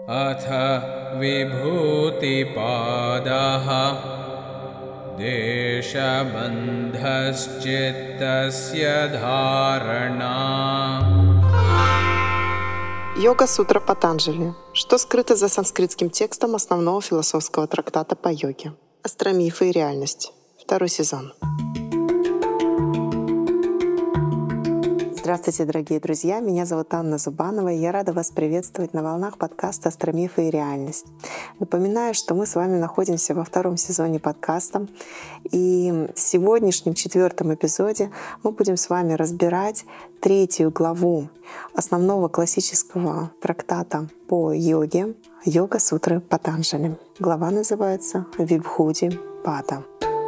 अथ विभूतिपादः देशबन्धश्चित्तस्य धारणा. Йога-сутра Патанджали. Что скрыто за санскритским текстом основного философского трактата по йоге? Астромифы и реальность. Второй сезон. Здравствуйте, дорогие друзья! Меня зовут Анна Зубанова, и я рада вас приветствовать на волнах подкаста «Астромифы и реальность». Напоминаю, что мы с вами находимся во втором сезоне подкаста, и в сегодняшнем 4-м эпизоде мы будем с вами разбирать 3-ю главу основного классического трактата по йоге «Йога-сутры Патанджали». Глава называется «Вибхути-пада».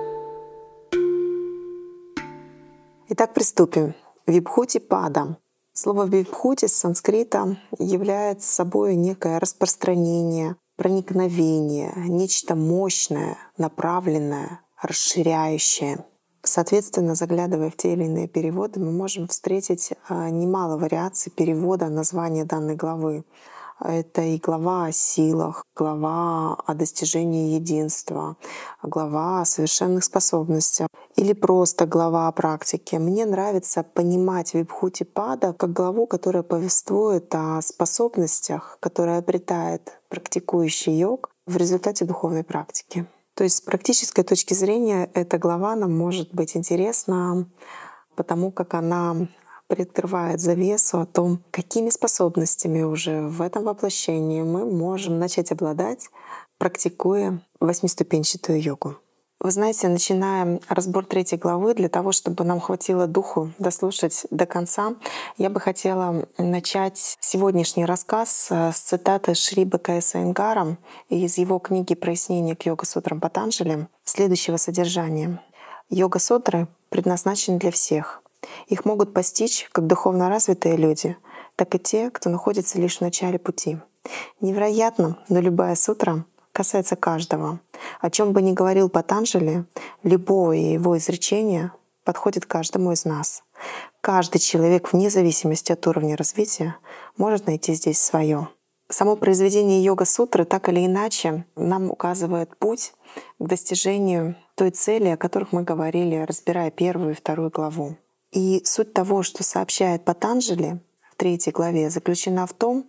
Итак, приступим. Вибхути-пада. Слово «вибхути» с санскрита является собой некое распространение, проникновение, нечто мощное, направленное, расширяющее. Соответственно, заглядывая в те или иные переводы, мы можем встретить немало вариаций перевода названия данной главы. Это и глава о силах, глава о достижении единства, глава о совершенных способностях или просто глава о практике. Мне нравится понимать Вибхути-пада как главу, которая повествует о способностях, которые обретает практикующий йог в результате духовной практики. То есть с практической точки зрения эта глава нам может быть интересна, потому как она приоткрывает завесу о том, какими способностями уже в этом воплощении мы можем начать обладать, практикуя восьмиступенчатую йогу. Вы знаете, начиная разбор 3 главы, для того, чтобы нам хватило духу дослушать до конца, я бы хотела начать сегодняшний рассказ с цитаты Шри Б.К.С. Айенгара из его книги «Прояснение к йога-сутрам Патанджали» следующего содержания. Йога-сутры предназначены для всех. Их могут постичь как духовно развитые люди, так и те, кто находится лишь в начале пути. Невероятно, но любая сутра касается каждого. О чем бы ни говорил Патанджали, любое его изречение подходит каждому из нас. Каждый человек, вне зависимости от уровня развития, может найти здесь свое. Само произведение йога-сутры так или иначе нам указывает путь к достижению той цели, о которых мы говорили, разбирая 1 и 2 главу. И суть того, что сообщает Патанджали в 3 главе, заключена в том,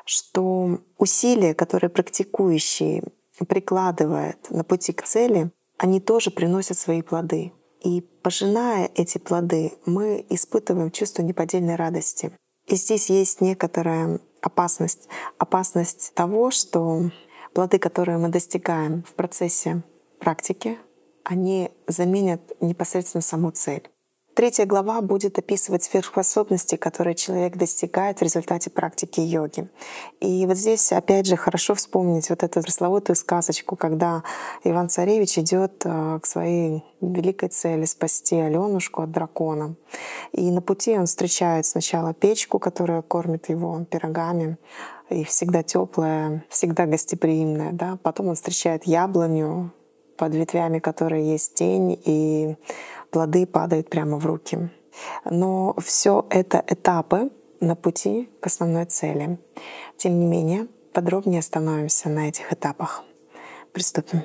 что усилия, которые практикующий прикладывает на пути к цели, они тоже приносят свои плоды. И пожиная эти плоды, мы испытываем чувство неподдельной радости. И здесь есть некоторая опасность. Опасность того, что плоды, которые мы достигаем в процессе практики, они заменят непосредственно саму цель. 3 глава будет описывать сверхспособности, которые человек достигает в результате практики йоги. И вот здесь опять же хорошо вспомнить вот эту пресловутую сказочку, когда Иван-царевич идет к своей великой цели — спасти Алёнушку от дракона. И на пути он встречает сначала печку, которая кормит его пирогами, и всегда теплая, всегда гостеприимная. Да? Потом он встречает яблоню, под ветвями которой есть тень, и плоды падают прямо в руки. Но все это этапы на пути к основной цели. Тем не менее, подробнее остановимся на этих этапах. Приступим.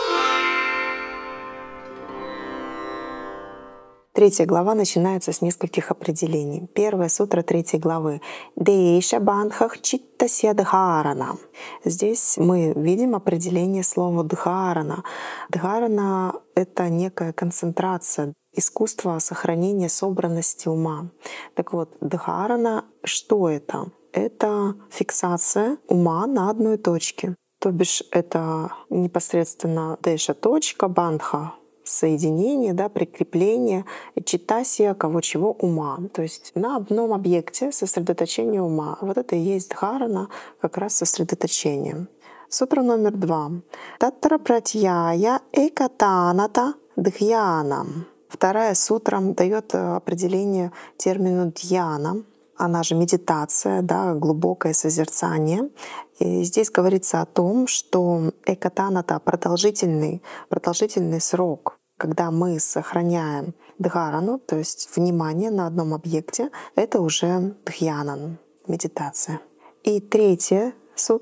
3 глава начинается с нескольких определений. 1 сутра 3 главы «Дейша бандхах читтася дхарана». Здесь мы видим определение слова «дхарана». Дхарана — это некая концентрация, искусство сохранения собранности ума. Так вот, дхарана — что это? Это фиксация ума на одной точке. То бишь это непосредственно дейша — точка, бандха — соединение, да, прикрепление, читасия кого чего ума. То есть на одном объекте сосредоточение ума. Вот это и есть дхарана, как раз сосредоточение. Сутра номер 2. Таттра пратьяя экатаната дхьянам. 2 сутра дает определение термину дьяна. Она же медитация, да, глубокое созерцание. И здесь говорится о том, что экатаната — продолжительный срок, когда мы сохраняем дхарану, то есть внимание на одном объекте, это уже дхьянан, медитация. И 3 сутра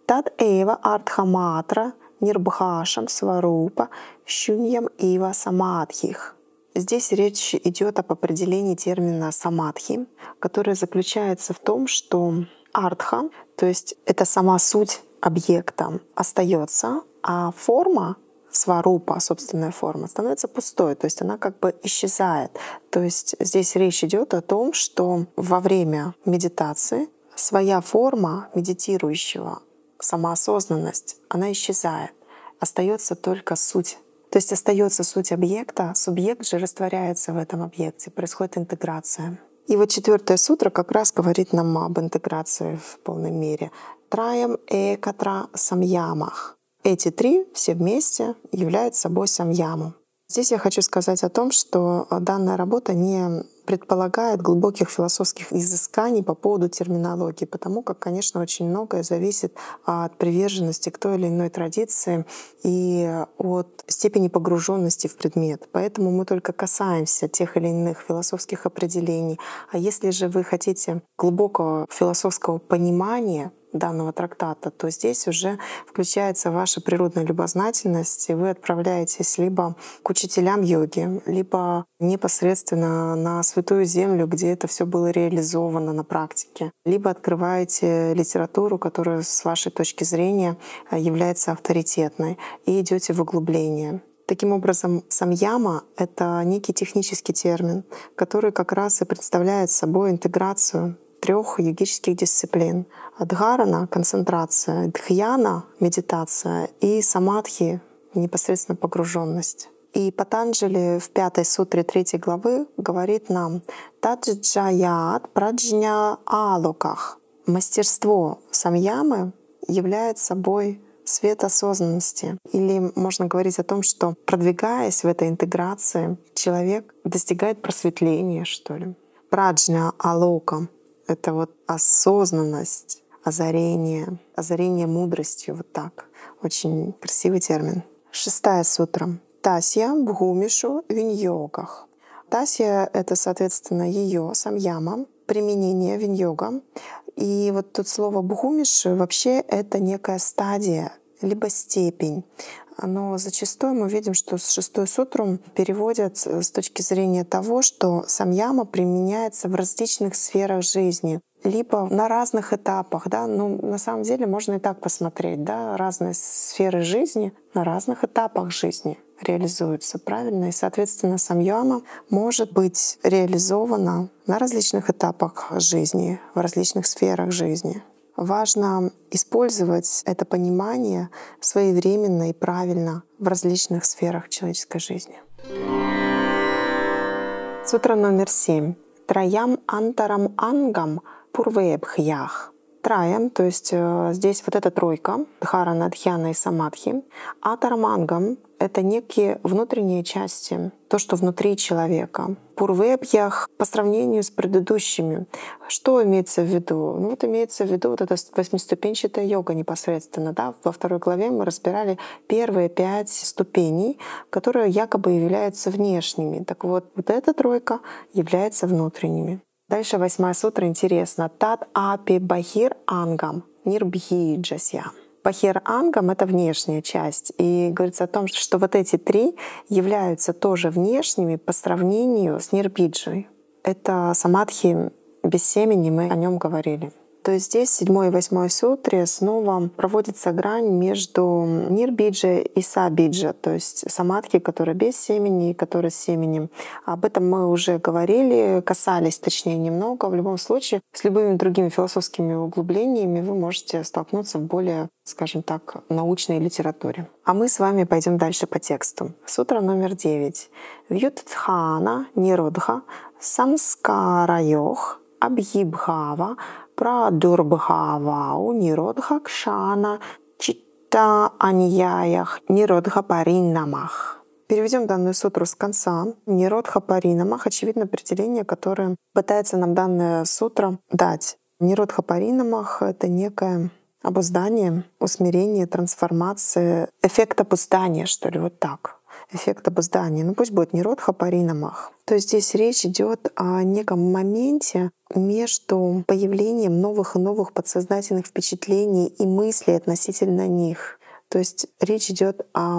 Тад эва артхаматра нирбхашам сварупа шуньям ива самадхих. Здесь речь идет об определении термина самадхи, который заключается в том, что артха, то есть это сама суть объекта, остается, а форма сварупа, собственная форма, становится пустой, то есть она как бы исчезает. То есть здесь речь идет о том, что во время медитации своя форма медитирующего, самоосознанность, она исчезает. Остается только суть. То есть остается суть объекта, субъект же растворяется в этом объекте, происходит интеграция. И вот 4-я сутра как раз говорит нам об интеграции в полной мере. Траям экатра самьямах. Эти 3 все вместе являются собой самьяму. Здесь я хочу сказать о том, что данная работа не предполагает глубоких философских изысканий по поводу терминологии, потому как, конечно, очень многое зависит от приверженности к той или иной традиции и от степени погруженности в предмет. Поэтому мы только касаемся тех или иных философских определений. А если же вы хотите глубокого философского понимания данного трактата, то здесь уже включается ваша природная любознательность, и вы отправляетесь либо к учителям йоги, либо непосредственно на Святую Землю, где это все было реализовано на практике, либо открываете литературу, которая с вашей точки зрения является авторитетной, и идете в углубление. Таким образом, самьяма — это некий технический термин, который как раз и представляет собой интеграцию 3 йогических дисциплин. Дхарана — концентрация, дхьяна — медитация и самадхи — непосредственно погруженность. И Патанджали в 5-й сутре 3 главы говорит нам «Таджджаят праджня алоках». Мастерство самьямы является собой свет осознанности. Или можно говорить о том, что, продвигаясь в этой интеграции, человек достигает просветления, что ли. Праджня алока — это вот осознанность, озарение мудростью, вот так. Очень красивый термин. 6-я сутра. Тасья бхумишу виньогах. Тасья — это, соответственно, ее самьяма, применение виньога. И вот тут слово бхумиши вообще это некая стадия, либо степень. Но зачастую мы видим, что 6-ю сутру переводят с точки зрения того, что самьяма применяется в различных сферах жизни, либо на разных этапах. Да? Ну, на самом деле можно и так посмотреть. Да? Разные сферы жизни на разных этапах жизни реализуются, правильно? И, соответственно, самьяма может быть реализована на различных этапах жизни, в различных сферах жизни. Важно использовать это понимание своевременно и правильно в различных сферах человеческой жизни. Сутра номер 7. Траям антарам ангам пурвебхьях. Траям, то есть здесь вот эта тройка, дхарана, дхьяна и самадхи. Атарамангам — это некие внутренние части, то, что внутри человека. Пурвебхьях по сравнению с предыдущими. Что имеется в виду? Ну вот имеется в виду вот эта 8-ступенчатая йога непосредственно. Да? Во 2 главе мы разбирали первые 5 ступеней, которые якобы являются внешними. Так вот, вот эта тройка является внутренними. Дальше 8-я сутра интересно. Тат апи бахир ангам нирбхиджасья. Бахир ангам — это внешняя часть. И говорится о том, что вот эти 3 являются тоже внешними по сравнению с нирбиджей. Это самадхи без семени, мы о нем говорили. То есть здесь в 7-й и 8-й сутре снова проводится грань между нирбиджей и сабиджа, то есть самадхи, которые без семени и которые с семенем. Об этом мы уже говорили, касались точнее немного. В любом случае, с любыми другими философскими углублениями вы можете столкнуться в более, скажем так, научной литературе. А мы с вами пойдем дальше по тексту. Сутра номер 9. Вьютдхана ниродха самскарайох абхибхава прадурбхавау ниродха кшана читта аньяях ниродха паринамах. Переведем данную сутру с конца. Ниродха паринамах — очевидно определение, которое пытается нам данная сутра дать. Ниродха паринамах — это некое обуздание, усмирение, трансформация, эффект опускания, что ли, вот так. эффект обуздания. Ну пусть будет ниродха паринамах. То есть здесь речь идет о неком моменте между появлением новых и новых подсознательных впечатлений и мыслей относительно них. То есть речь идет о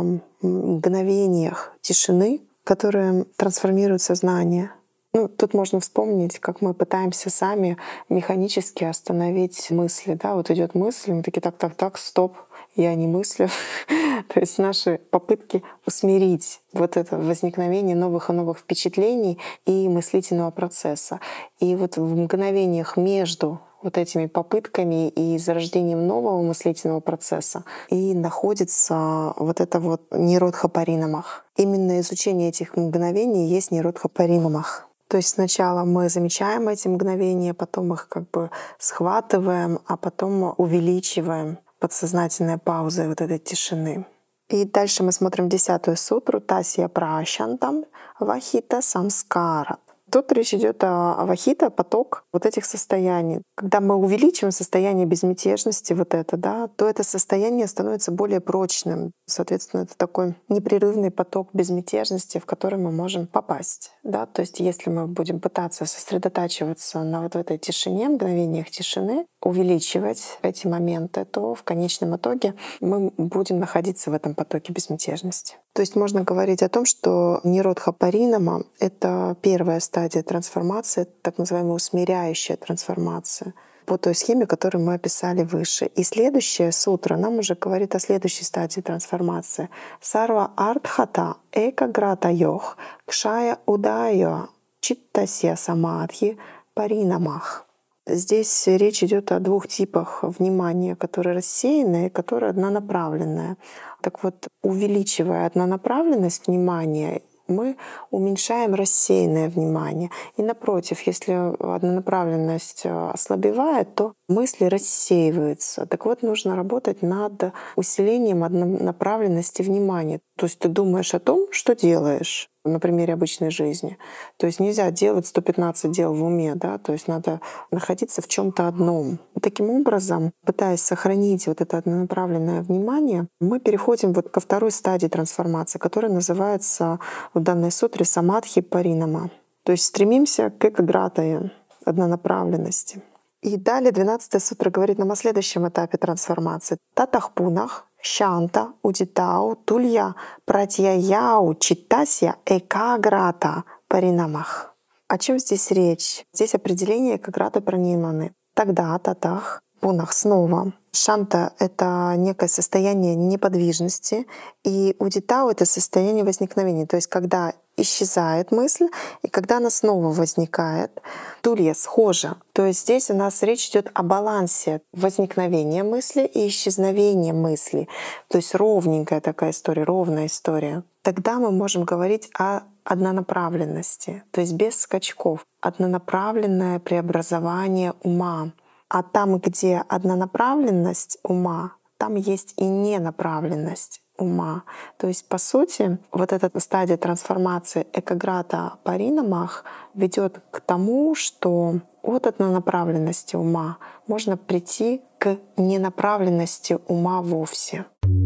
мгновениях тишины, которые трансформируют сознание. Ну, тут можно вспомнить, как мы пытаемся сами механически остановить мысли. Да? Вот идет мысль, мы такие так, стоп, я не мыслю. То есть наши попытки усмирить вот это возникновение новых и новых впечатлений и мыслительного процесса. И вот в мгновениях между вот этими попытками и зарождением нового мыслительного процесса и находится вот это вот ниродха паринамах. Именно изучение этих мгновений есть ниродха паринамах. То есть сначала мы замечаем эти мгновения, потом их как бы схватываем, а потом увеличиваем подсознательной паузой вот этой тишины. И дальше мы смотрим 10-ю сутру Тасья Прашантам Вахита Самскара. Тут речь идет о вахита, поток вот этих состояний. Когда мы увеличиваем состояние безмятежности, вот это, да, то это состояние становится более прочным. Соответственно, это такой непрерывный поток безмятежности, в который мы можем попасть. Да? То есть если мы будем пытаться сосредотачиваться на вот этой тишине, мгновениях тишины, увеличивать эти моменты, то в конечном итоге мы будем находиться в этом потоке безмятежности. То есть можно говорить о том, что ниродха паринама — это первая стадия трансформации, так называемая усмиряющая трансформация по той схеме, которую мы описали выше. И следующая сутра нам уже говорит о следующей стадии трансформации. Сарва артхата экаграта йох кшая удайо читтасья самадхи паринамах. Здесь речь идет о двух типах внимания, которое рассеянное и которое однонаправленное. Так вот, увеличивая однонаправленность внимания, мы уменьшаем рассеянное внимание. И напротив, если однонаправленность ослабевает, то мысли рассеиваются. Так вот, нужно работать над усилением однонаправленности внимания. То есть ты думаешь о том, что делаешь на примере обычной жизни. То есть нельзя делать 115 дел в уме, да? То есть надо находиться в чем-то одном. И таким образом, пытаясь сохранить вот это однонаправленное внимание, мы переходим вот ко второй стадии трансформации, которая называется в данной сутре самадхи паринама. То есть стремимся к экагратае, однонаправленности. И далее 12-я сутра говорит нам о следующем этапе трансформации. Татахпунах Шанта, удитау, тулья, пратьяяу, читтасья, экаграта, паринамах. О чем здесь речь? Здесь определение экаграта паринаманы. Тогда татах, пунах снова. Шанта — это некое состояние неподвижности, и удитау — это состояние возникновения. То есть когда исчезает мысль, и когда она снова возникает. Тулья схожа. То есть здесь у нас речь идет о балансе возникновения мысли и исчезновения мысли. То есть ровненькая такая история, ровная история. Тогда мы можем говорить о однонаправленности, то есть без скачков. Однонаправленное преобразование ума. А там, где однонаправленность ума, там есть и ненаправленность ума. То есть, по сути, вот эта стадия трансформации экаграта паринамах ведет к тому, что от однонаправленности ума можно прийти к ненаправленности ума вовсе.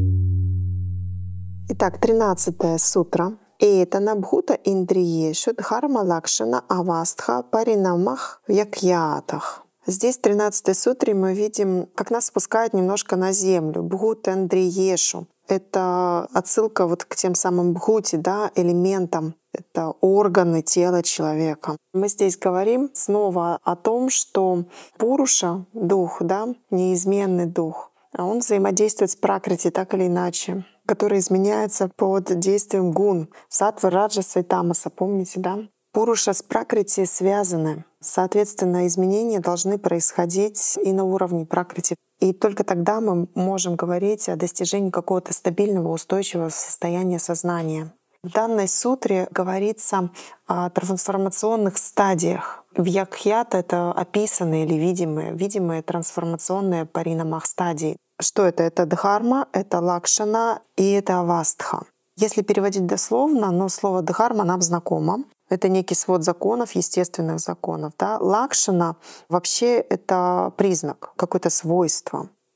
Итак, 13-я сутра. Этана бхута индриешу дхарма лакшана авастха паринамах якьятах. Здесь в 13-й сутре мы видим, как нас спускают немножко на землю. Бхута индриешу. Это отсылка вот к тем самым бхути, да, элементам. Это органы тела человека. Мы здесь говорим снова о том, что Пуруша, дух, да, неизменный дух, он взаимодействует с пракрити так или иначе, который изменяется под действием гун, саттвы, раджаса и тамаса, помните, да? Пуруша с пракрити связаны. Соответственно, изменения должны происходить и на уровне пракрити. И только тогда мы можем говорить о достижении какого-то стабильного, устойчивого состояния сознания. В данной сутре говорится о трансформационных стадиях. В Якхьята это описанные или видимые трансформационные паринамах стадии. Что это? Это дхарма, это лакшана и это авастха. Если переводить дословно, но слово дхарма нам знакомо. Это некий свод законов, естественных законов. Да? Лакшана вообще это признак, какое-то свойство.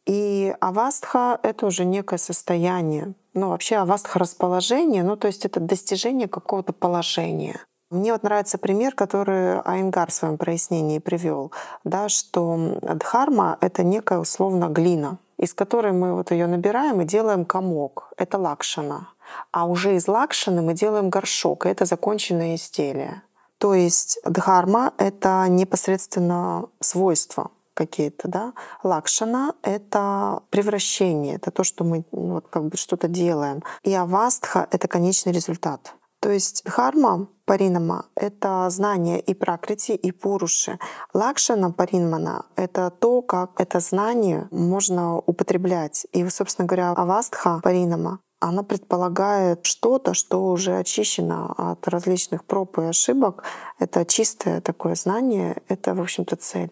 И авастха — это уже некое состояние. Вообще авастха — расположение, то есть это достижение какого-то положения. Мне вот нравится пример, который Айенгар в своем прояснении привел, да, что дхарма — это некая условно глина, из которой мы вот ее набираем и делаем комок. Это лакшана. А уже из лакшаны мы делаем горшок, и это законченное изделие. То есть дхарма — это непосредственно свойства какие-то, да. Лакшана — это превращение, это то, что мы что-то делаем. И авастха — это конечный результат. То есть дхарма, паринама — это знание и пракрити, и пуруши. Лакшана, паринмана — это то, как это знание можно употреблять. И, собственно говоря, авастха, паринама, она предполагает что-то, что уже очищено от различных проб и ошибок. Это чистое такое знание, это, в общем-то, цель.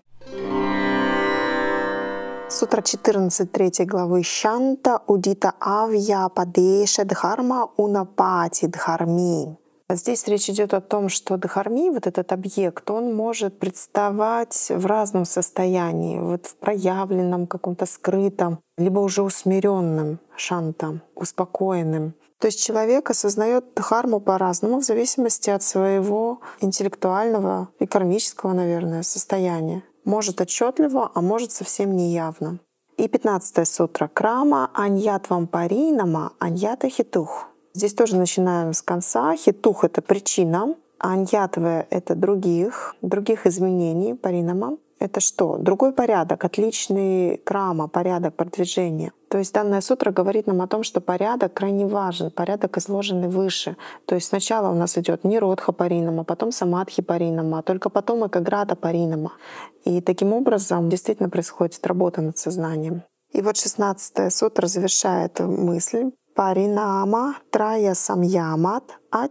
Сутра 14 3 главы Шанта Удита Авья Падеша Дхарма Унапати Дхарми. Здесь речь идет о том, что дхарми, вот этот объект, он может представать в разном состоянии, вот в проявленном, каком-то скрытом, либо уже усмиренным шанта, успокоенным. То есть человек осознает дхарму по-разному в зависимости от своего интеллектуального и кармического, наверное, состояния. Может отчетливо, а может совсем неявно. И 15 сутра Крама Аньятвам Паринама Аньята Хитух. Здесь тоже начинаем с конца. Хитух — это причина, аньятве — это других изменений, паринама. Это что? Другой порядок, отличный крама, порядок продвижения. То есть данная сутра говорит нам о том, что порядок крайне важен, порядок изложенный выше. То есть сначала у нас идет ниродха паринама, потом самадхи паринама, а только потом экаграта паринама. И таким образом действительно происходит работа над сознанием. И вот 16 сутра завершает мысль. Паринама трая самьямат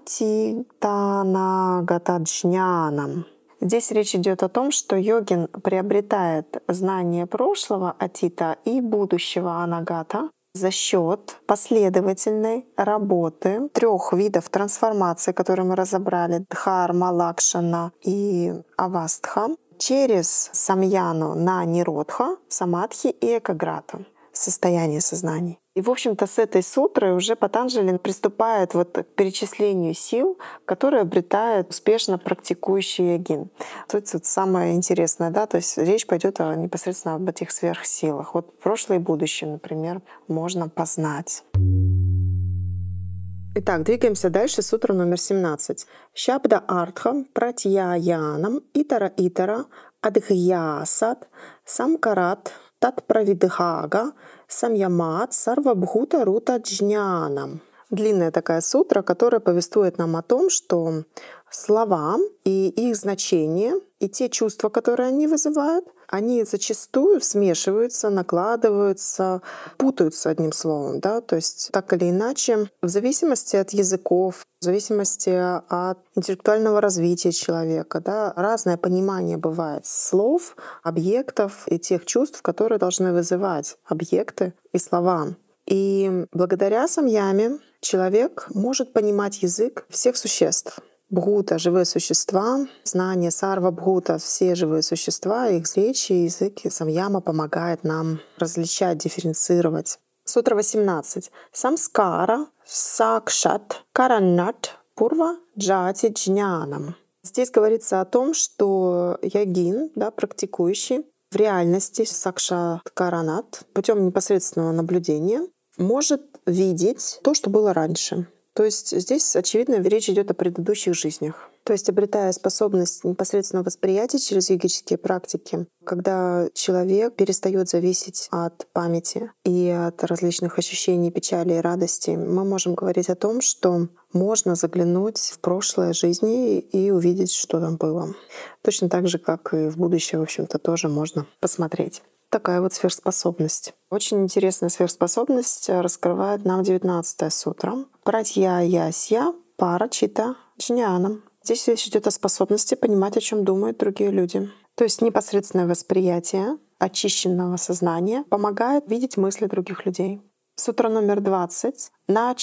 атитанагатаджнянам. Здесь речь идет о том, что йогин приобретает знание прошлого атита и будущего анагата за счет последовательной работы 3 видов трансформации, которые мы разобрали: дхарма, лакшана и авастха, через самьяну на ниродха, самадхи и экаграта, состояние сознаний. И, в общем-то, с этой сутрой уже Патанджали приступает к перечислению сил, которые обретает успешно практикующий йогин. Тут самое интересное, да, то есть речь пойдет непосредственно об этих сверхсилах. Вот прошлое и будущее, например, можно познать. Итак, двигаемся дальше. Сутра номер 17. Шабда артха пратьяянам итара адхьясат самкарат татправидхага самьямат сарвабхута рута джнянам. Длинная такая сутра, которая повествует нам о том, что слова и их значение, и те чувства, которые они вызывают, они зачастую смешиваются, накладываются, путаются, одним словом. Да? То есть так или иначе, в зависимости от языков, в зависимости от интеллектуального развития человека, да, разное понимание бывает слов, объектов и тех чувств, которые должны вызывать объекты и слова. И благодаря самьяме человек может понимать язык всех существ. Бхута — живые существа, знание сарва бхута — все живые существа, их речь и язык, самьяма помогает нам различать, дифференцировать. Сутра 18. Самскара сакшат каранат пурва джати джнянам. Здесь говорится о том, что йогин, да, практикующий, в реальности сакшат каранат путем непосредственного наблюдения может видеть то, что было раньше. То есть здесь, очевидно, речь идет о предыдущих жизнях. То есть обретая способность непосредственного восприятия через йогические практики, когда человек перестает зависеть от памяти и от различных ощущений печали и радости, мы можем говорить о том, что можно заглянуть в прошлое жизни и увидеть, что там было. Точно так же, как и в будущее, в общем-то, тоже можно посмотреть. Такая вот сверхспособность. Очень интересная сверхспособность раскрывает нам 19-я сутра. Пратьяясья парачита джнянам. Здесь речь идет о способности понимать, о чем думают другие люди. То есть непосредственное восприятие очищенного сознания помогает видеть мысли других людей. Сутра номер 20.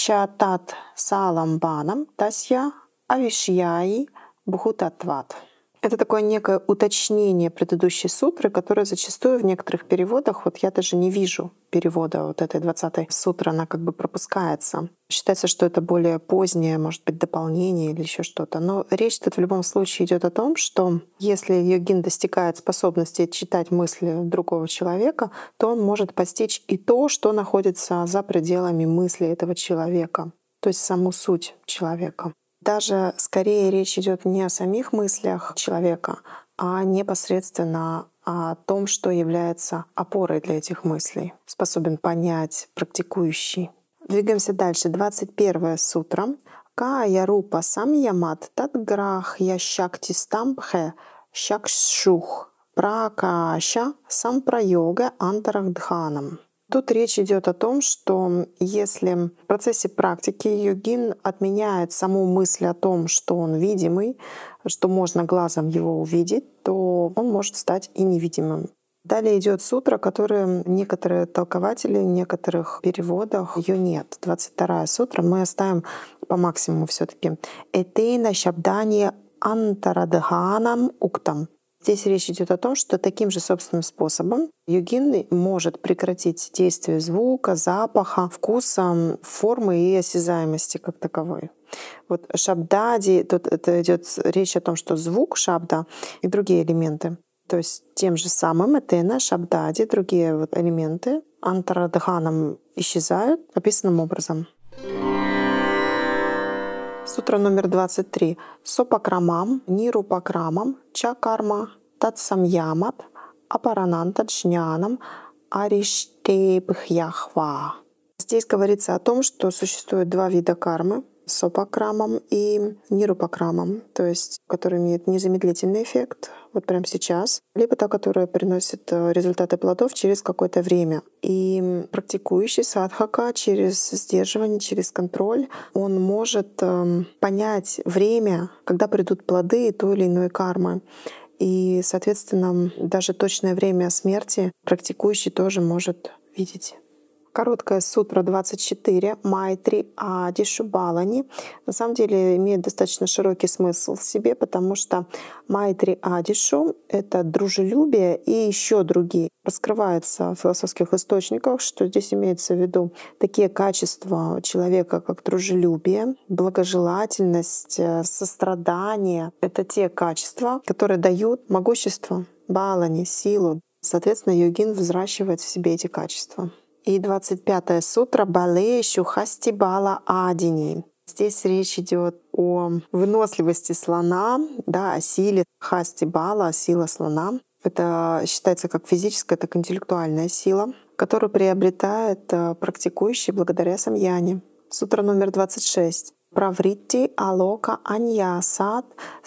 Начатат саламбанам тасья авишьяи бхутатват. Это такое некое уточнение предыдущей сутры, которое зачастую в некоторых переводах, вот я даже не вижу перевода вот этой 20-й сутры, она как бы пропускается. Считается, что это более позднее, может быть, дополнение или еще что-то. Но речь тут в любом случае идет о том, что если йогин достигает способности читать мысли другого человека, то он может постичь и то, что находится за пределами мысли этого человека, то есть саму суть человека. Даже скорее речь идет не о самих мыслях человека, а непосредственно о том, что является опорой для этих мыслей, способен понять практикующий. Двигаемся дальше. 21 сутра. Кая рупа самьямат тадграх яшакти стамбхе шакшух пракаша сампрайога антарагдханам. Тут речь идет о том, что если в процессе практики йогин отменяет саму мысль о том, что он видимый, что можно глазом его увидеть, то он может стать и невидимым. Далее идет сутра, которую некоторые толкователи в некоторых переводах ее нет. 22 сутра мы оставим по максимуму все-таки. Этейна шабдани антарадханам уктам. Здесь речь идет о том, что таким же собственным способом йогин может прекратить действие звука, запаха, вкуса, формы и осязаемости как таковой. Вот шабдади, тут это идет речь о том, что звук шабда и другие элементы. То есть тем же самым этена, шабдади, другие вот элементы антарадханам исчезают описанным образом. Сутра номер 23. Сопакрамам, нирупакрамам, чакарма, татсамьямат, апаранантаджнянам, ариштебхьяхва. Здесь говорится о том, что существует два вида кармы — сопакрамам и нирупакрамам, то есть который имеет незамедлительный эффект вот прямо сейчас, либо та, которая приносит результаты плодов через какое-то время. И практикующий садхака через сдерживание, через контроль, он может понять время, когда придут плоды той или иной кармы. И, соответственно, даже точное время смерти практикующий тоже может видеть. Короткая сутра 24 Майтри Адишу Балани на самом деле имеет достаточно широкий смысл в себе, потому что Майтри Адишу — это дружелюбие и еще другие. Раскрывается в философских источниках, что здесь имеется в виду такие качества человека, как дружелюбие, благожелательность, сострадание. Это те качества, которые дают могущество, балани, силу. Соответственно, йогин взращивает в себе эти качества. И 25 сутра Балешу Хасти Бала Адини. Здесь речь идет о выносливости слона, да, о силе Хасти Бала, сила слона. Это считается как физическая, так и интеллектуальная сила, которую приобретает практикующий благодаря самьяне. Сутра номер 26. Правритти Алока Аньясат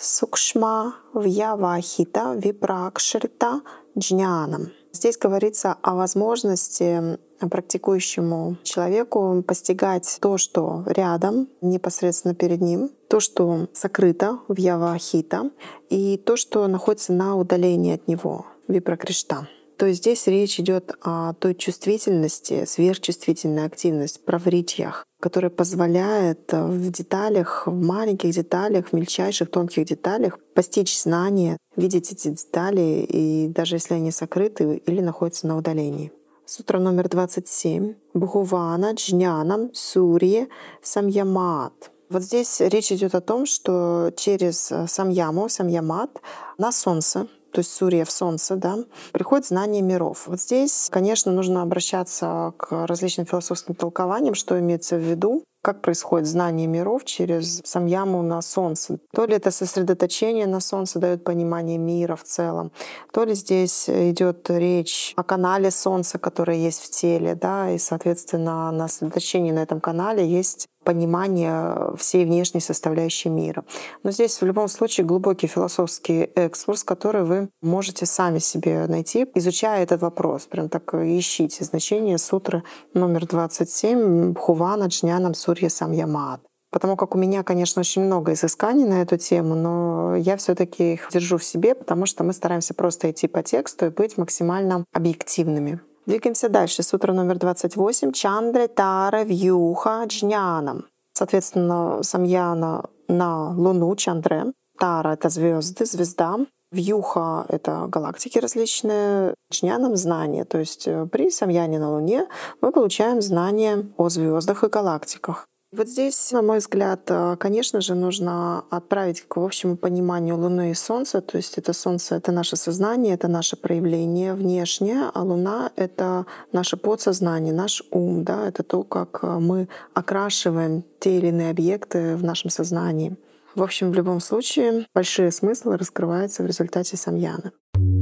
Сукшма Вьявахита Випракшрита Джнянам. Здесь говорится о возможности практикующему человеку постигать то, что рядом, непосредственно перед ним, то, что сокрыто в явахита, и то, что находится на удалении от него, випракришта. То есть здесь речь идет о той чувствительности, сверхчувствительной активности, правритьях, которая позволяет в деталях, в маленьких деталях, в мельчайших тонких деталях постичь знания, видеть эти детали, и даже если они сокрыты или находятся на удалении. Сутра номер 27. Бхувана Джнянам Сурье Самьямат. Вот здесь речь идет о том, что через самьяму, самьямат, на солнце, то есть сурья в солнце, да, приходит знание миров. Вот здесь, конечно, нужно обращаться к различным философским толкованиям, что имеется в виду, как происходит знание миров через самьяму на солнце. То ли это сосредоточение на солнце дает понимание мира в целом, то ли здесь идет речь о канале солнца, который есть в теле, да, и, соответственно, на сосредоточении на этом канале есть понимание всей внешней составляющей мира. Но здесь в любом случае глубокий философский экскурс, который вы можете сами себе найти, изучая этот вопрос. Прям так ищите значение сутры номер 27 Бхувана Джнянам Сурья Самьямат. Потому как у меня, конечно, очень много изысканий на эту тему, но я все-таки их держу в себе, потому что мы стараемся просто идти по тексту и быть максимально объективными. Двигаемся дальше. Сутра номер 28. Чандре Тара Вьюха Джнянам. Соответственно, самьяна на Луну, Чандре. Тара — это звезды, звезда. Вьюха — это галактики различные. Джнянам — знания. То есть при самьяне на Луне мы получаем знания о звездах и галактиках. Вот здесь, на мой взгляд, конечно же, нужно отправить к общему пониманию Луны и Солнца. То есть это Солнце — это наше сознание, это наше проявление внешнее, а Луна — это наше подсознание, наш ум, да, это то, как мы окрашиваем те или иные объекты в нашем сознании. В общем, в любом случае, большие смыслы раскрываются в результате самьяны.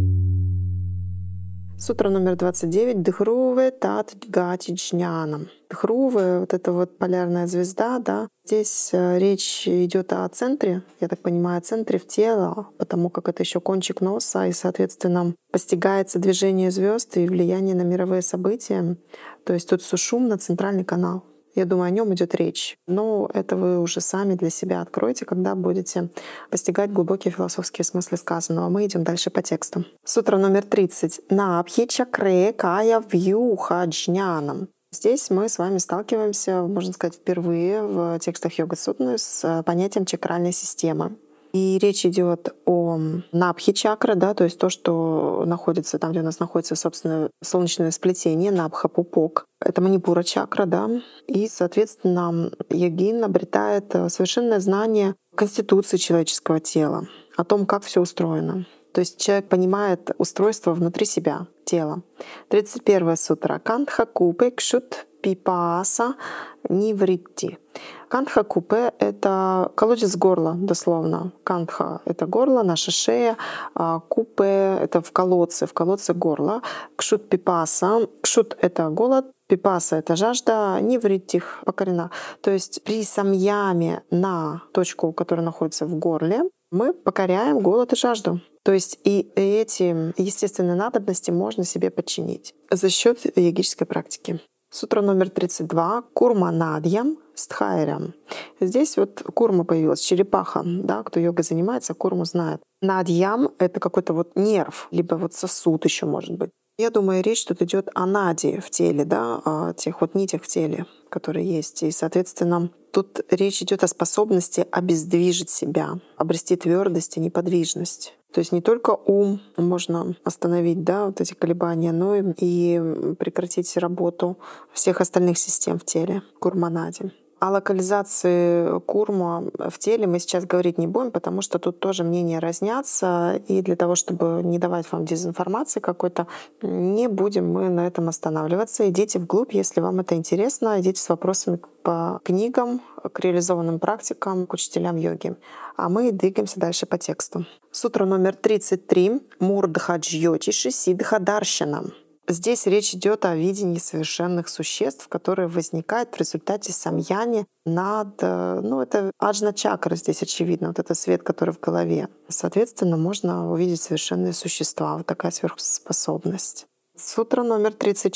Сутра номер 29. Дхруве тат гати джнянам. Дхруве — вот эта вот полярная звезда, да. Здесь речь идет о центре, я так понимаю, о центре в тело, потому как это еще кончик носа, и, соответственно, постигается движение звезд и влияние на мировые события. То есть тут сушумна — центральный канал. Я думаю, о нем идет речь. Но это вы уже сами для себя откроете, когда будете постигать глубокие философские смыслы сказанного. Мы идем дальше по тексту. Сутра номер 30. Напхи чакре кая вьюха джнянам. Здесь мы с вами сталкиваемся, можно сказать, впервые в текстах йога-сутны с понятием чакральной системы. И речь идет о Набхи чакра, да, то есть то, что находится там, где у нас находится, собственно, солнечное сплетение, Набха пупок. Это Манипура чакра, да. И, соответственно, йогин обретает совершенное знание конституции человеческого тела, о том, как все устроено. То есть человек понимает устройство внутри себя, тела. 31 сутра. Кантха купе кшут пипаса нивритти. Кантха купе — это колодец горла, дословно. Кантха — это горло, наша шея. Купе — это в колодце горла. Кшут пипаса. Кшут — это голод. Пипаса — это жажда. Нивриттих — покорена. То есть при самьяме на точку, которая находится в горле, мы покоряем голод и жажду. То есть и эти естественные надобности можно себе подчинить за счет йогической практики. Сутра номер 32. Курма надьям стхайрям. Здесь вот курма появилась, черепаха. Да, кто йогой занимается, курму знает. Надьям — это какой-то вот нерв, либо вот сосуд еще может быть. Я думаю, речь тут идет о нади в теле, да, о тех вот нитях в теле, которые есть. И, соответственно, тут речь идет о способности обездвижить себя, обрести твердость и неподвижность. То есть не только ум можно остановить, да, вот эти колебания, но и прекратить работу всех остальных систем в теле, курманади. О локализации курма в теле мы сейчас говорить не будем, потому что тут тоже мнения разнятся. И для того, чтобы не давать вам дезинформации какой-то, не будем мы на этом останавливаться. Идите вглубь, если вам это интересно. Идите с вопросами по книгам, к реализованным практикам, к учителям йоги. А мы двигаемся дальше по тексту. Сутра номер 33. Мурдхаджьотиши сиддхадаршана. Здесь речь идет о видении совершенных существ, которые возникают в результате самьяни над... это аджна-чакра здесь очевидно, вот это свет, который в голове. Соответственно, можно увидеть совершенные существа, вот такая сверхспособность. Сутра номер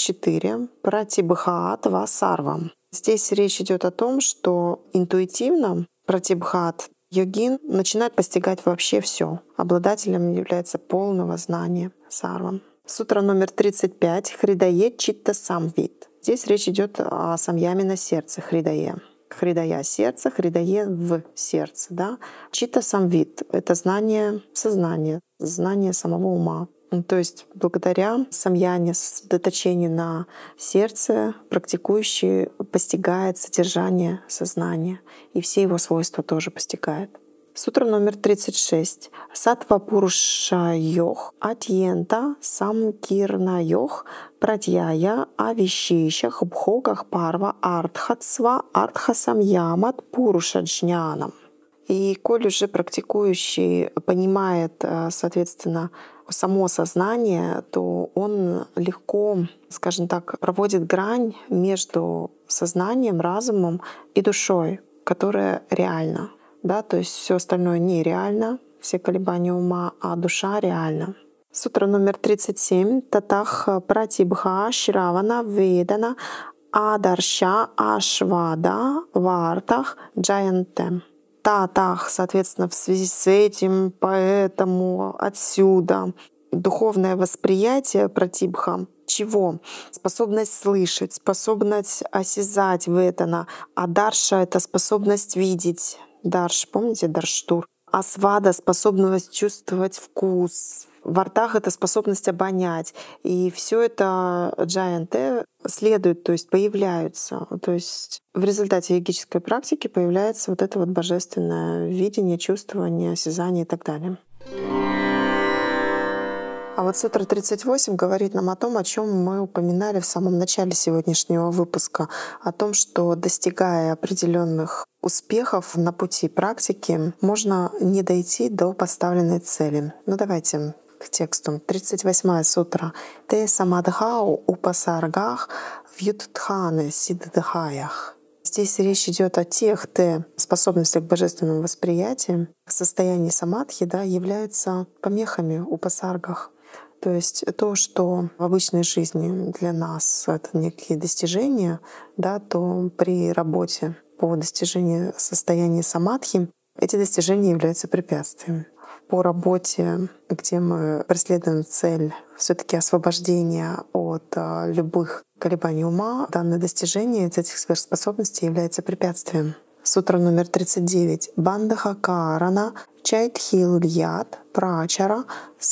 34. Пратибхаат васарвам. Здесь речь идет о том, что интуитивно пратибхат йогин начинает постигать вообще все. Обладателем является полного знания сарвам. Сутра номер 35. Хридае читта самвид. Здесь речь идет о самьяме на сердце, хридае. Хридая — сердце, хридае — в сердце. Да? Читта самвид — это знание сознания, знание самого ума. То есть благодаря самьяне, сосредоточению на сердце, практикующий постигает содержание сознания и все его свойства тоже постигает. Сутра номер 36. Сатва Пуруша Йох Атьента Самкирна Йох Пратьяя Авишишах Бхогах Парва Артхатсва Артхасамьямат Пуруша Джнянам. И коль уже практикующий понимает, соответственно, само сознание, то он легко, скажем так, проводит грань между сознанием, разумом и душой, которая реальна. Да, то есть все остальное нереально, все колебания ума, а душа реальна. Сутра номер 37. Татах пратибха шравана ведана адарша ашвада вартах джаянте. Татах, соответственно, в связи с этим, поэтому, отсюда духовное восприятие пратибха. Чего? Способность слышать, способность осязать ведана. А дарша — это способность видеть. Дарш, помните, дарштур? асвада — способность чувствовать вкус. В ртах — это способность обонять. И все это джаянте следует, то есть появляются. То есть в результате йогической практики появляется вот это вот божественное видение, чувствование, осязание и так далее. А вот сутра 38 говорит нам о том, о чем мы упоминали в самом начале сегодняшнего выпуска, о том, что, достигая определенных успехов на пути практики, можно не дойти до поставленной цели. Ну давайте к тексту. 38 сутра. «Те самадхау упасаргах вьютдханы сиддхаях». Здесь речь идет о тех способностях к божественному восприятию. Состояние самадхи являются помехами упасаргах. То есть то, что в обычной жизни для нас это некие достижения, то при работе по достижению состояния самадхи эти достижения являются препятствием. По работе, где мы преследуем цель все-таки освобождения от любых колебаний ума, данное достижение этих сверхспособностей является препятствием. Сутра номер 39. Бандха карана чайтхильят прачара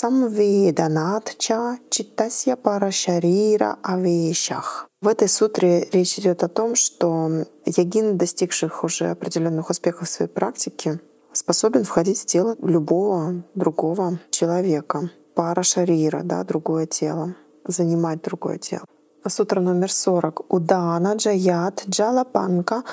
самведанат ча читтасья парашарира авешах. В этой сутре речь идет о том, что йогин, достигших уже определенных успехов в своей практике, способен входить в тело любого другого человека. Парашарира, другое тело, занимать другое тело. Сутра номер 40. Удана джаят джалапанка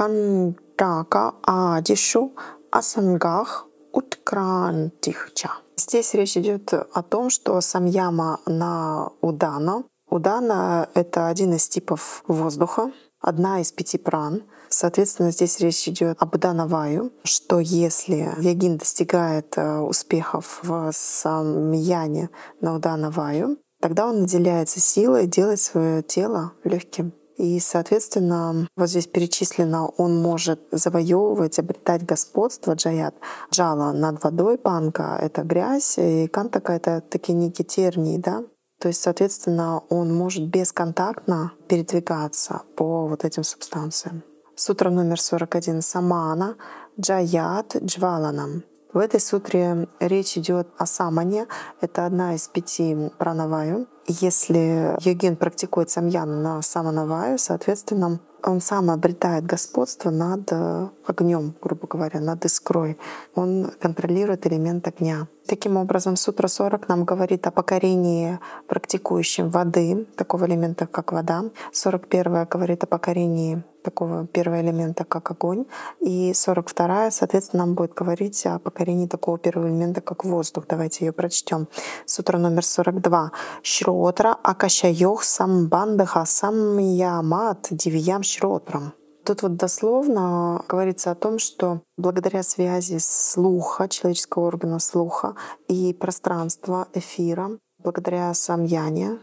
кантака адишу асангах уткрантихча. Здесь речь идет о том, что самьяма на удана. Удана — это один из типов воздуха, одна из 5 пран. Соответственно, здесь речь идет об удана-ваю, что если йогин достигает успехов в самьяне на удана-ваю, тогда он наделяется силой делать свое тело легким. И, соответственно, вот здесь перечислено, он может завоевывать, обретать господство джаят. Джала над водой, панка — это грязь, и кантака — это такие некие тернии, То есть, соответственно, он может бесконтактно передвигаться по вот этим субстанциям. Сутра номер 41. Самана джаят джваланам. В этой сутре речь идет о самане. Это одна из 5 пранаваю. Если йогин практикует самьяну на саманаваю, соответственно, он сам обретает господство над огнем, грубо говоря, над искрой. Он контролирует элемент огня. Таким образом, сутра 40 нам говорит о покорении практикующим воды, такого элемента, как вода. 41 говорит о покорении такого первого элемента, как огонь. И 42, соответственно, нам будет говорить о покорении такого первого элемента, как воздух. Давайте ее прочтем. Сутра номер 42. Шротра акашайох самбандаха самьямат дивьям шротрам. Тут вот дословно говорится о том, что благодаря связи слуха, человеческого органа слуха и пространства эфира, благодаря самьяме,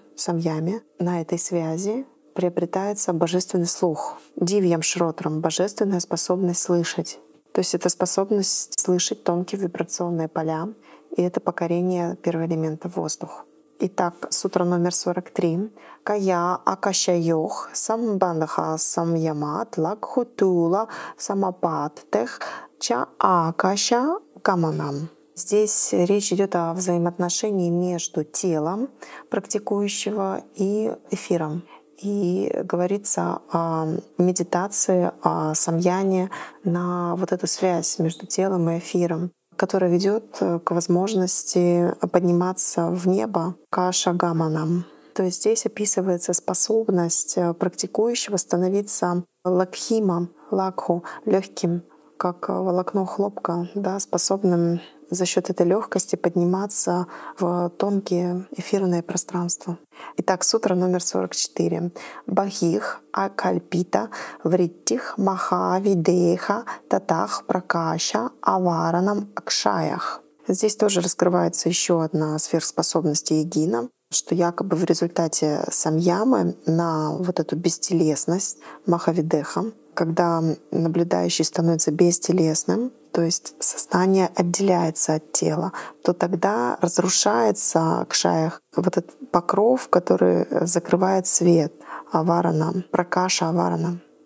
на этой связи приобретается божественный слух. Дивьям шротрам — божественная способность слышать. То есть это способность слышать тонкие вибрационные поля, и это покорение первого элемента — воздух. Итак, сутра номер 43. Кая акашайох самбандаха самьямат лакхутула самапаттех ча акаша гаманам. Здесь речь идет о взаимоотношении между телом практикующего и эфиром. И говорится о медитации, о самьяне на вот эту связь между телом и эфиром, которая ведет к возможности подниматься в небо каша гаманам. То есть здесь описывается способность практикующего становиться лакхима, лакху, легким, как волокно хлопка, способным за счет этой легкости подниматься в тонкие эфирные пространства. Итак, сутра номер 44. Бахих акальпита вриттих махавидеха татах пракаша аваранам акшаях. Здесь тоже раскрывается еще одна сверхспособность йогина, что якобы в результате самьямы на вот эту бестелесность махавидеха, когда наблюдающий становится бестелесным, то есть сознание отделяется от тела, то тогда разрушается акшаях вот этот покров, который закрывает свет аварана, пракаша аварана.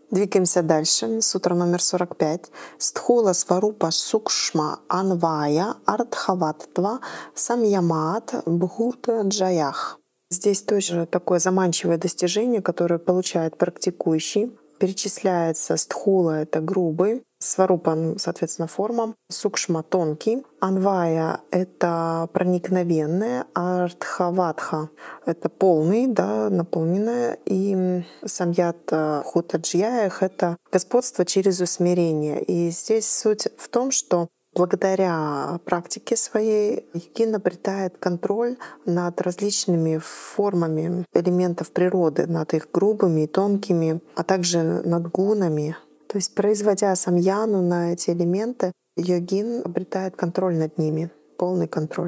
Двигаемся дальше. Сутра номер 45. Стхула сварупа сукшма анвая артхаваттва самьямат бхута джаях. Здесь тоже такое заманчивое достижение, которое получает практикующий. Перечисляется стхула — это грубый, сварупа, соответственно, форма, сукшма — тонкий, анвая — это проникновенное, артхаватха — это полный, да, наполненное, и самьят хутаджьяях — это господство через усмирение. И здесь суть в том, что благодаря практике своей йогин обретает контроль над различными формами элементов природы, над их грубыми и тонкими, а также над гунами. То есть, производя самьяну на эти элементы, йогин обретает контроль над ними, полный контроль.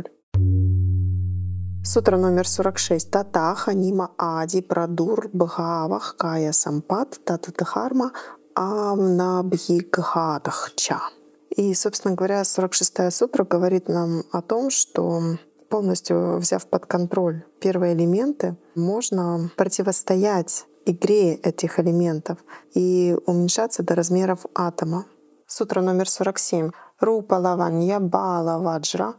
Сутра номер 46. Татаха нима ади прадур бхавах кая сампат тататхарма амнабхигхадахча. И, собственно говоря, 46-я сутра говорит нам о том, что полностью взяв под контроль первые элементы, можно противостоять игре этих элементов и уменьшаться до размеров атома. Сутра номер 47. Рупа лаванья бала ваджра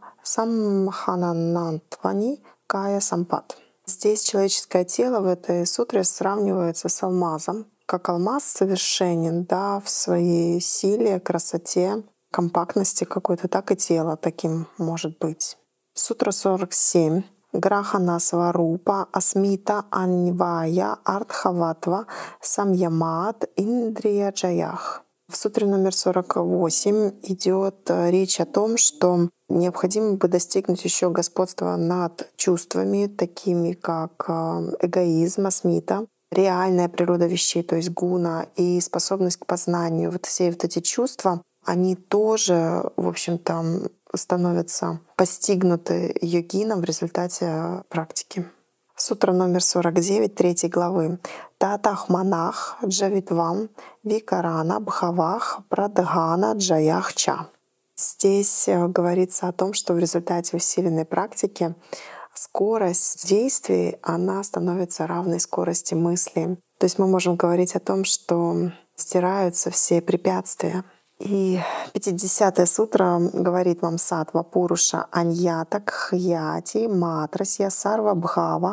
самхананантвани кая сампат. Здесь человеческое тело в этой сутре сравнивается с алмазом. Как алмаз совершенен, да, в своей силе, красоте, компактности какой-то, так и тело таким может быть. Сутра 47. Грахана сварупа асмита анвая артхаватва самьямат индрия джаях. В сутре номер 48 идет речь о том, что необходимо бы достигнуть еще господства над чувствами, такими как эгоизм, асмита, реальная природа вещей, то есть гуна, и способность к познанию. Вот все вот эти чувства, они тоже, в общем-то, становятся постигнуты йогином в результате практики. Сутра номер 49, 3 главы. Татах манах джавитвам викарана бхавах прадгана джаях ча. Здесь говорится о том, что в результате усиленной практики скорость действий, она становится равной скорости мысли. То есть мы можем говорить о том, что стираются все препятствия. И 50-я сутра говорит вам сатва пуруша аньята кхьяти матрасья сарва бхава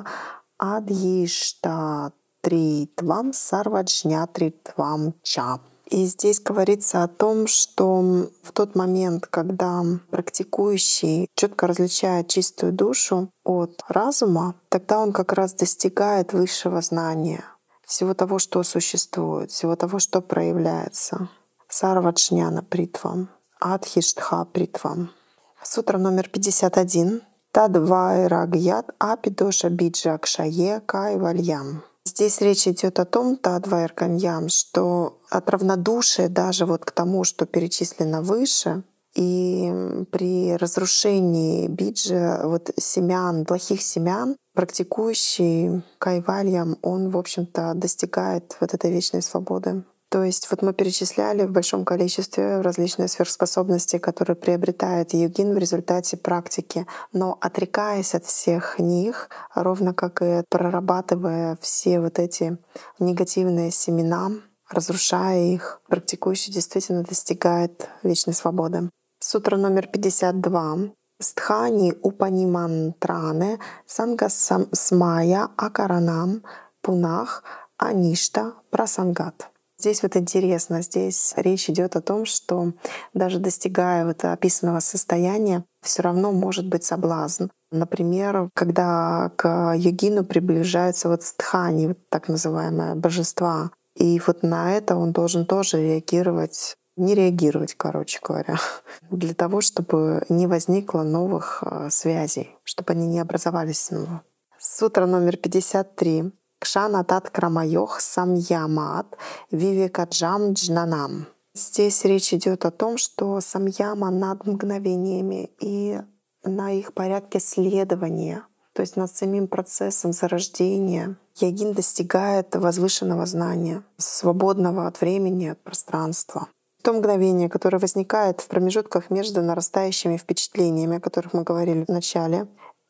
адьишта тритвам сарваджнятритвам ча. И здесь говорится о том, что в тот момент, когда практикующий четко различает чистую душу от разума, тогда он как раз достигает высшего знания всего того, что существует, всего того, что проявляется. Сарваджняна притвам, адхиштха притвам. Сутра номер 51. Тадвайрагьят апидоша биджа акшае кайвальям. Здесь речь идет о том, тадвайрганьям, что от равнодушия даже вот к тому, что перечислено выше, и при разрушении биджа, вот семян, плохих семян, практикующий кайвальям, он, в общем-то, достигает вот этой вечной свободы. То есть вот мы перечисляли в большом количестве различные сверхспособности, которые приобретает йогин в результате практики, но отрекаясь от всех них, ровно как и прорабатывая все вот эти негативные семена, разрушая их, практикующий действительно достигает вечной свободы. Сутра номер 52. Стхани упанимантране сангасмая акаранам пунах аништа прасангат. Здесь вот интересно, здесь речь идет о том, что даже достигая вот описанного состояния, все равно может быть соблазн. Например, когда к йогину приближаются вот стхани, вот так называемые божества, и вот на это он должен тоже реагировать, не реагировать, короче говоря, для того, чтобы не возникло новых связей, чтобы они не образовались снова. Сутра номер 53. Кшана тат крамайох самьямат вивекаджам джнанам. Здесь речь идет о том, что самьяма над мгновениями и на их порядке следования, то есть над самим процессом зарождения, йогин достигает возвышенного знания, свободного от времени, от пространства. То мгновение, которое возникает в промежутках между нарастающими впечатлениями, о которых мы говорили в начале,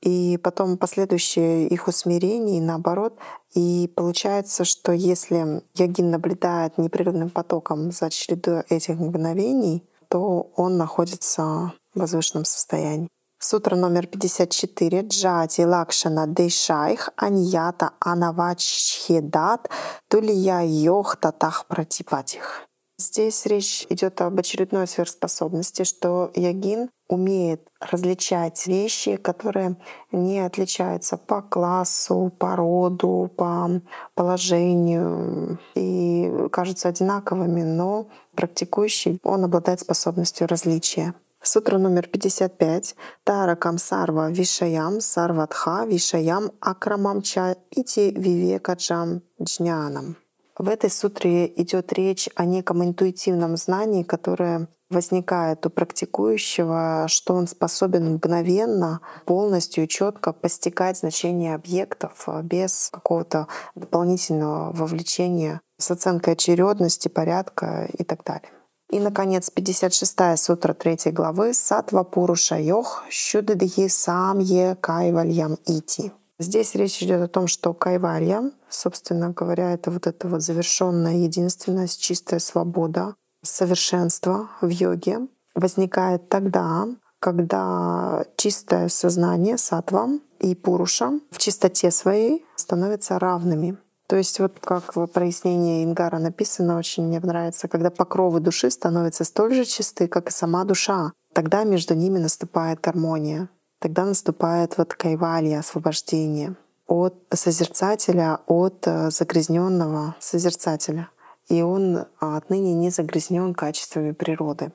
и потом последующее их усмирение, и наоборот. И получается, что если йогин наблюдает непрерывным потоком за чередой этих мгновений, то он находится в возвышенном состоянии. Сутра номер 54. Джати лакшана дейшайх аньята анавачхедат тулия йох татах пратипатих. Здесь речь идет об очередной сверхспособности, что йогин умеет различать вещи, которые не отличаются по классу, по роду, по положению и кажутся одинаковыми, но практикующий он обладает способностью различия. Сутра номер 55. Таракам сарва вишаям сарватха вишаям акрамамча ити вивекаджам джнянам. В этой сутре идет речь о неком интуитивном знании, которое возникает у практикующего, что он способен мгновенно, полностью и четко постигать значение объектов без какого-то дополнительного вовлечения с оценкой очередности, порядка и так далее. И, наконец, 56-я сутра 3 главы «Сатва Пуруша Йох Щудадхи Самье Кайвальям Ити». Здесь речь идет о том, что кайвалья, собственно говоря, это вот эта вот завершенная единственность, чистая свобода, совершенство в йоге возникает тогда, когда чистое сознание сатва и пуруша в чистоте своей становятся равными. То есть вот как в прояснении Ингара написано, очень мне нравится, когда покровы души становятся столь же чисты, как и сама душа, тогда между ними наступает гармония. Тогда наступает вот кайвалья, освобождение от созерцателя, от загрязненного созерцателя. И он отныне не загрязнен качествами природы.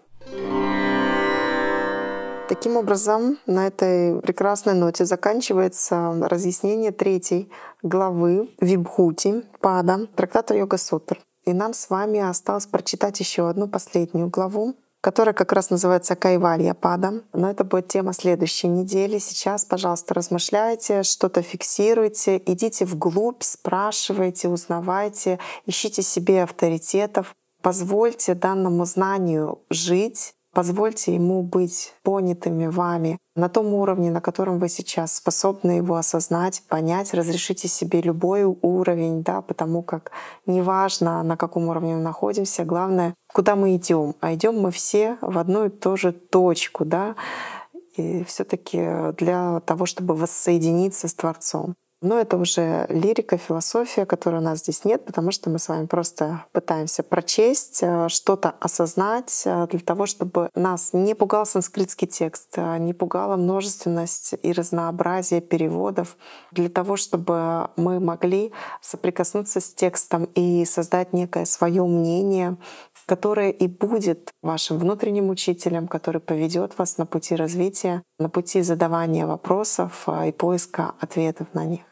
Таким образом, на этой прекрасной ноте заканчивается разъяснение 3 главы Вибхути Пада трактата Йога-сутр. И нам с вами осталось прочитать еще одну последнюю главу, которая как раз называется Кайвалья Пада. Но это будет тема следующей недели. Сейчас, пожалуйста, размышляйте, что-то фиксируйте, идите вглубь, спрашивайте, узнавайте, ищите себе авторитетов, позвольте данному знанию жить, позвольте ему быть понятыми вами на том уровне, на котором вы сейчас способны его осознать, понять. Разрешите себе любой уровень, да, потому как неважно, на каком уровне мы находимся, главное, куда мы идем. А идем мы все в одну и ту же точку, да, и все-таки для того, чтобы воссоединиться с Творцом. Но это уже лирика, философия, которой у нас здесь нет, потому что мы с вами просто пытаемся прочесть, что-то осознать для того, чтобы нас не пугал санскритский текст, не пугала множественность и разнообразие переводов, для того, чтобы мы могли соприкоснуться с текстом и создать некое свое мнение, которое и будет вашим внутренним учителем, который поведет вас на пути развития, на пути задавания вопросов и поиска ответов на них.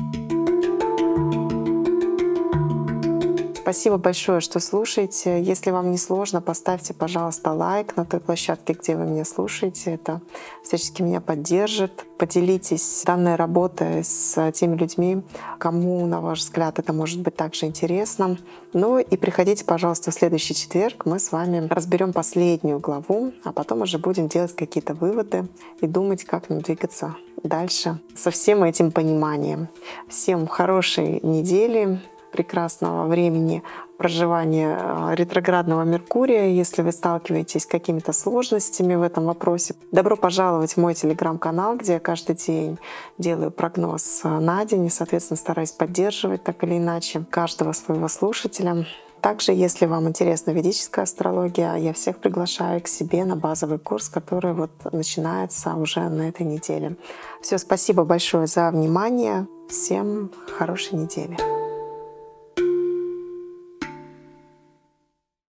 Спасибо большое, что слушаете. Если вам не сложно, поставьте, пожалуйста, лайк на той площадке, где вы меня слушаете. Это всячески меня поддержит. Поделитесь данной работой с теми людьми, кому, на ваш взгляд, это может быть также интересно. Ну и приходите, пожалуйста, в следующий четверг. Мы с вами разберем последнюю главу, а потом уже будем делать какие-то выводы и думать, как нам двигаться дальше со всем этим пониманием. Всем хорошей недели, прекрасного времени проживания ретроградного Меркурия. Если вы сталкиваетесь с какими-то сложностями в этом вопросе, добро пожаловать в мой телеграм-канал, где я каждый день делаю прогноз на день и, соответственно, стараюсь поддерживать так или иначе каждого своего слушателя. Также, если вам интересна ведическая астрология, я всех приглашаю к себе на базовый курс, который вот начинается уже на этой неделе. Все, спасибо большое за внимание. Всем хорошей недели.